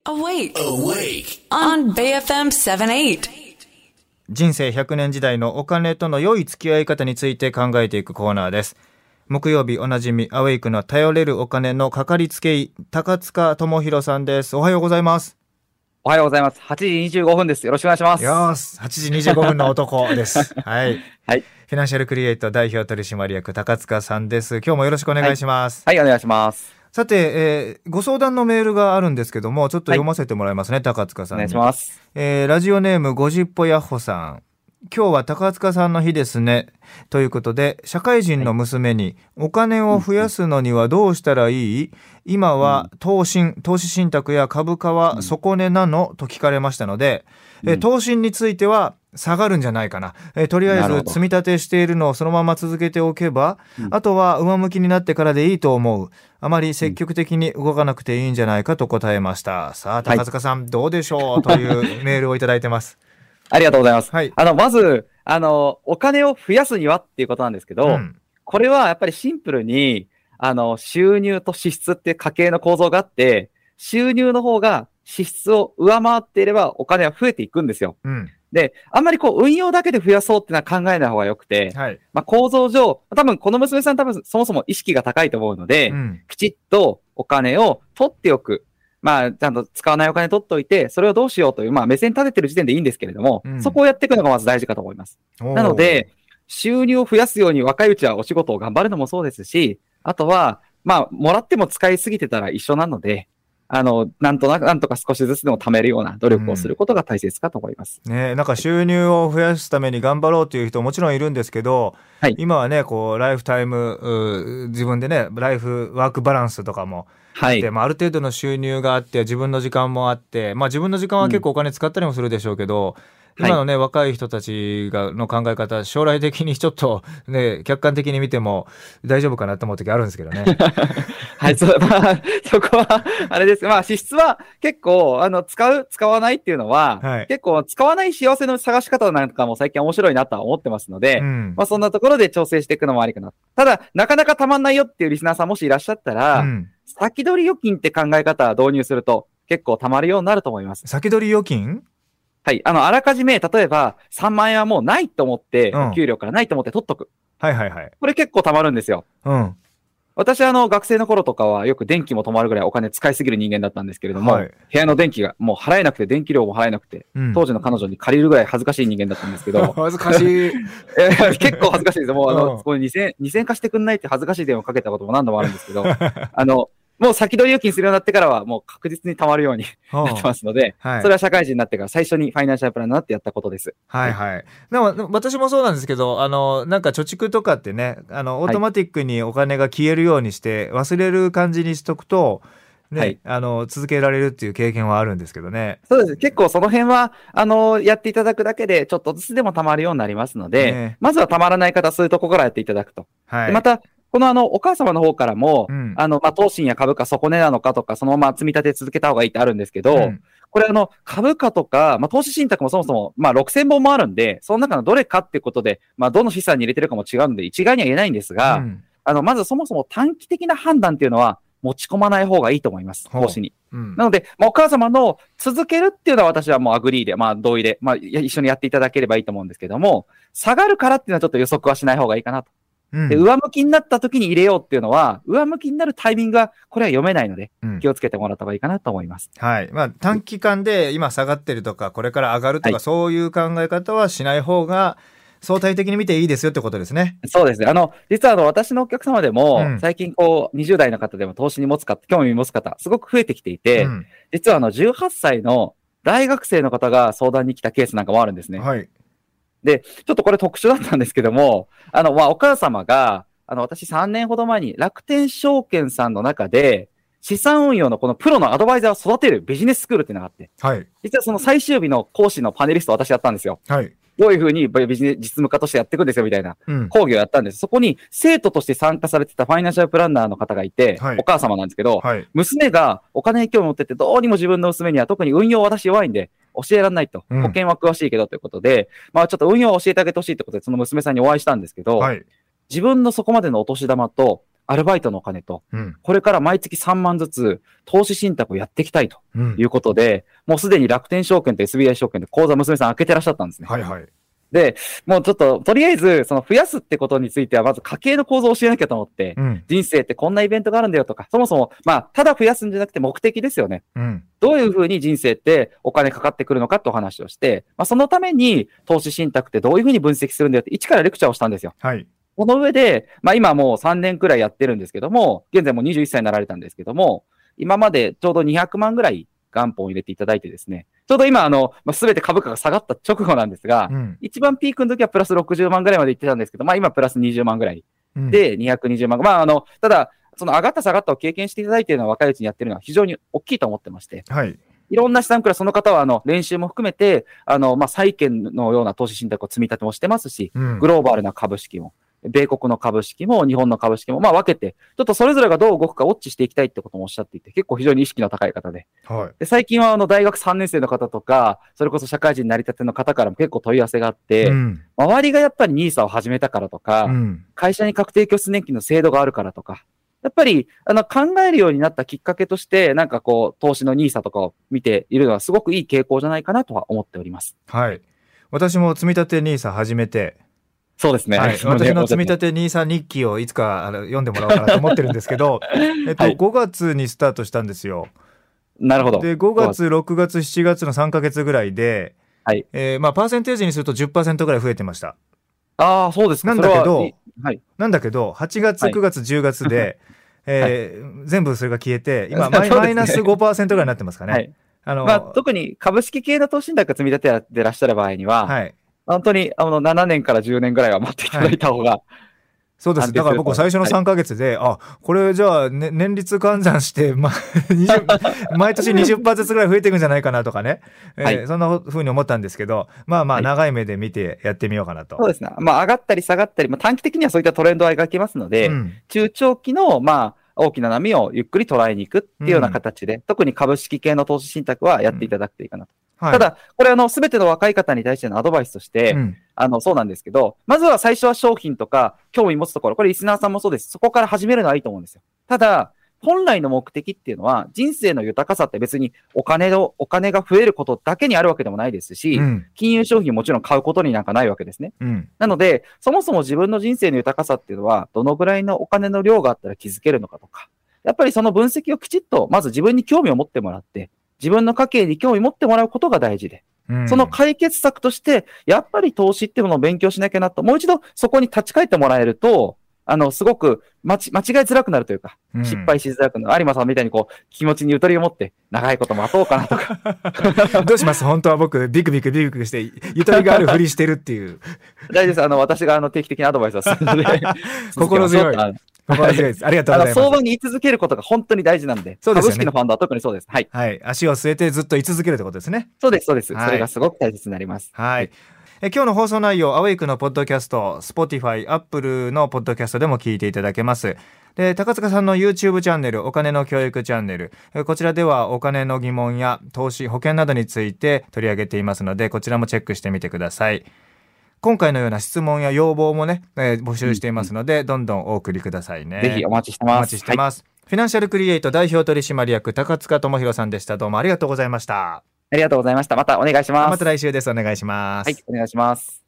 Awake. Awake. On BFM 78. 人生100年時代のお金との良い付き合い方について考えていくコーナーです。木曜日おなじみアウェイクの頼れるお金のかかりつけ医、高塚智博さんです。おはようございます。 おはようございます。8時25分です。よろしくお願いします。 よーし、8時25分の男です。はい。 はい。 フィナンシャルクリエイト代表取締役高塚さんです。今日もよろしくお願いします。 はい、お願いします。 さて、ご相談のメールがあるんですけども、ちょっと読ませてもらいますね、高塚さんに。 お願いします。 ラジオネームごじっぽやっほさん。今日は高塚さんの日ですね。ということで、社会人の娘にお金を増やすのにはどうしたらいい？今は投資信託や株価は底値なの？と聞かれましたので、投資については下がるんじゃないかな。とりあえず積み立てしているのをそのまま続けておけば、あとは上向きになってからでいいと思う。あまり積極的に動かなくていいんじゃないかと答えました。さあ、高塚さん、どうでしょうというメールをいただいてます。 ありがとうございます。 はい。 まず、お金を増やすにはっていうことなんですけど、これはやっぱりシンプルに、収入と支出っていう家計の構造があって、収入の方が支出を上回っていればお金は増えていくんですよ。で、あんまり運用だけで増やそうっていうのは考えない方が良くて、 はい。 構造上、多分この娘さんそもそも意識が高いと思うので、きちっとお金を取っておく。ちゃんと使わないお金取っておいて、それをどうしようという、目線立ててる時点でいいんですけれども、そこをやっていくのがまず大事かと思います。なので、収入を増やすように若いうちはお仕事を頑張るのもそうですし、あとは、もらっても使いすぎてたら一緒なので、なんとか少しずつでも貯めるような努力をすることが大切かと思います。 なんか収入を増やすために頑張ろうという人もちろんいるんですけど、はい、今はね、ライフタイム、自分でね、ライフワークバランスとかも、はい。で、ある程度の収入があって、自分の時間もあって、自分の時間は結構お金使ったりもするでしょうけど、今のね、若い人たちの考え方、将来的にちょっとね、客観的に見ても大丈夫かなと思う時あるんですけどね。 はい、そこは、あれです。支出は結構、使わないっていうのは、はい、結構使わない幸せの探し方なんかも最近面白いなとは思ってますので、そんなところで調整していくのもありかな。ただ、なかなかたまんないよっていうリスナーさんもしいらっしゃったら、先取り預金って考え方を導入すると結構たまるようになると思います。 先取り預金？ はい。あらかじめ、例えば、3万円はもうないと思って、お給料からないと思って取っとく。 はいはいはい。 これ結構貯まるんですよ。私学生の頃とかはよく電気も止まるぐらいお金使いすぎる人間だったんですけれども、部屋の電気がもう払えなくて、電気料も払えなくて、当時の彼女に借りるぐらい恥ずかしい人間だったんですけど。 恥ずかしい。 結構恥ずかしいです。もう、これ2000円貸してくんないって恥ずかしい電話かけたことも何度もあるんですけど、もう先取り預金するようになってからはもう確実に貯まるようになってますので、それは社会人になってから最初にファイナンシャルプランナーってやったことです。 はいはい。でも私もそうなんですけど、なんか貯蓄とかってね、オートマティックにお金が消えるようにして忘れる感じにしとくと、ね、続けられるっていう経験はあるんですけどね。 そうです。結構その辺は、やっていただくだけでちょっとずつでも貯まるようになりますので、まずは貯まらない方、そういうとこからやっていただくと。はい。また、このお母様の方からも、投信や株価底値なのかとか、そのまま積み立て続けた方がいいってあるんですけど、これ株価とか、投資信託もそもそも、6000本もあるんで、その中のどれかっていうことで、どの資産に入れてるかも違うんで、一概には言えないんですが、まずそもそも短期的な判断っていうのは、持ち込まない方がいいと思います。投資に。なので、お母様の続けるっていうのは私はもうアグリーで、同意で、一緒にやっていただければいいと思うんですけども、下がるからっていうのはちょっと予測はしない方がいいかなと。で、上向きになった時に入れようっていうのは、上向きになるタイミングが、これは読めないので、気をつけてもらった方がいいかなと思います。 はい。短期間で今下がってるとか、これから上がるとか、そういう考え方はしない方が、相対的に見ていいですよってことですね。 そうですね。実は私のお客様でも、最近20代の方でも投資に興味持つ方、すごく増えてきていて、実は18歳の大学生の方が相談に来たケースなんかもあるんですね。はい。で、ちょっとこれ特殊だったんですけども、お母様が、私3年ほど前に楽天証券さんの中で、資産運用のこのプロのアドバイザーを育てるビジネススクールっていうのがあって、はい。実はその最終日の講師のパネリストを私やったんですよ。はい。どういうふうにビジネス実務家としてやっていくんですよみたいな講義をやったんです。そこに生徒として参加されてたファイナンシャルプランナーの方がいて、お母様なんですけど、娘がお金に興味を持ってて、どうにも自分の娘には特に運用私弱いんで、教えられないと。保険は詳しいけどということで、ちょっと運用を教えてあげてほしいということで、その娘さんにお会いしたんですけど、自分のそこまでのお年玉と、 アルバイトのお金と、これから毎月3万ずつ投資信託をやっていきたいということで、もうすでに楽天証券と SBI 証券で口座娘さん開けてらっしゃったんですね。 はいはい。 で、もうちょっと、とりあえず、その増やすってことについては、まず家計の構造を教えなきゃと思って、人生ってこんなイベントがあるんだよとか、そもそも、ただ増やすんじゃなくて目的ですよね。どういうふうに人生ってお金かかってくるのかってお話をして、そのために投資信託ってどういうふうに分析するんだよって、一からレクチャーをしたんですよ。 はい。 この上で、今もう3年くらいやってるんですけども、現在もう21歳になられたんですけども、今までちょうど200万ぐらい元本を入れていただいてですね、ちょうど今すべて株価が下がった直後なんですが、一番ピークの時はプラス60万ぐらいまでいってたんですけど、今プラス20万ぐらいで220万。ただ、その上がった下がったを経験していただいているのは若いうちにやってるのは非常に大きいと思ってまして、 はい。 いろんな資産クラス、その方は練習も含めて、債券のような投資信託を積み立てもしてますし、グローバルな株式も、米国の株式も日本の株式も分けて、ちょっとそれぞれがどう動くかウォッチしていきたいってこともおっしゃっていて、結構非常に意識の高い方で。 はい、 で最近は大学3年生の方とか、それこそ社会人になりたての方からも結構問い合わせがあって、周りがやっぱり NISA を始めたからとか、会社に確定拠出年金の制度があるからとか、やっぱり考えるようになったきっかけとして、投資の NISA とかを見ているのはすごくいい傾向じゃないかなとは思っております。 はい。私も積み立て NISA 始めて、 そうですね。 はい、私の積み立て NISA 日記をいつか読んでもらおうかなと思ってるんですけど、5月にスタートしたんですよ。 なるほど。 で、5月、6月、7月の3ヶ月ぐらいで、パーセンテージにすると 10% ぐらい増えてました。 ああ、そうですか。 なんだけど、8月、9月、10月で、全部それが消えて、今、マイナス 5% ぐらいになってますかね。 特に株式系の投資信託積み立ててらっしゃる場合には、本当に7年から10年ぐらいは待っていただいた方が、 そうです。だから僕最初の3ヶ月で、これじゃあ、年率換算して、毎年 20% ずつぐらい増えていくんじゃないかなとかね、そんなふうに思ったんですけど、長い目で見てやってみようかなと。 そうですね。上がったり下がったり、短期的にはそういったトレンドは描けますので、中長期の、大きな波をゆっくり捉えに行くっていうような形で、特に株式系の投資信託はやっていただくといいかなと。ただ、これすべての若い方に対してのアドバイスとして、そうなんですけど、まずは最初は商品とか興味持つところ、これリスナーさんもそうです。そこから始めるのはいいと思うんですよ。ただ、本来の目的っていうのは、人生の豊かさって別にお金が増えることだけにあるわけでもないですし、金融商品もちろん買うことになんかないわけですね。なので、そもそも自分の人生の豊かさっていうのは、どのぐらいのお金の量があったら気づけるのかとか、やっぱりその分析をきちっと、まず自分に興味を持ってもらって、自分の家計に興味持ってもらうことが大事で、その解決策として、やっぱり投資っていうものを勉強しなきゃなと、もう一度そこに立ち返ってもらえると、すごく間違いづらくなるというか、失敗しづらくなる。有馬さんみたいに気持ちにゆとりを持って、長いこと待とうかなとか。 どうします？本当は僕、ビクビクして、ゆとりがあるふりしてるっていう。 大丈夫です。私が定期的にアドバイスをするので。 心強い。心強いです。ありがとうございます。 相場に居続けることが本当に大事なんで、株式のファンドは特にそうです。はい。 足を据えてずっと居続けるってことですね。 そうです。それがすごく大切になります。 はい。今日の放送内容、アウェイクのポッドキャスト、Spotify、Apple のポッドキャストでも聞いていただけます。で、高塚さんの YouTube チャンネル、お金の教育チャンネル、こちらではお金の疑問や投資、保険などについて取り上げていますので、こちらもチェックしてみてください。今回のような質問や要望もね、募集していますので、どんどんお送りくださいね。 ぜひお待ちしてます。 お待ちしてます。フィナンシャルクリエイト代表取締役高塚智博さんでした。どうもありがとうございました。 ありがとうございました。またお願いします。 また来週です。お願いします。 はい、お願いします。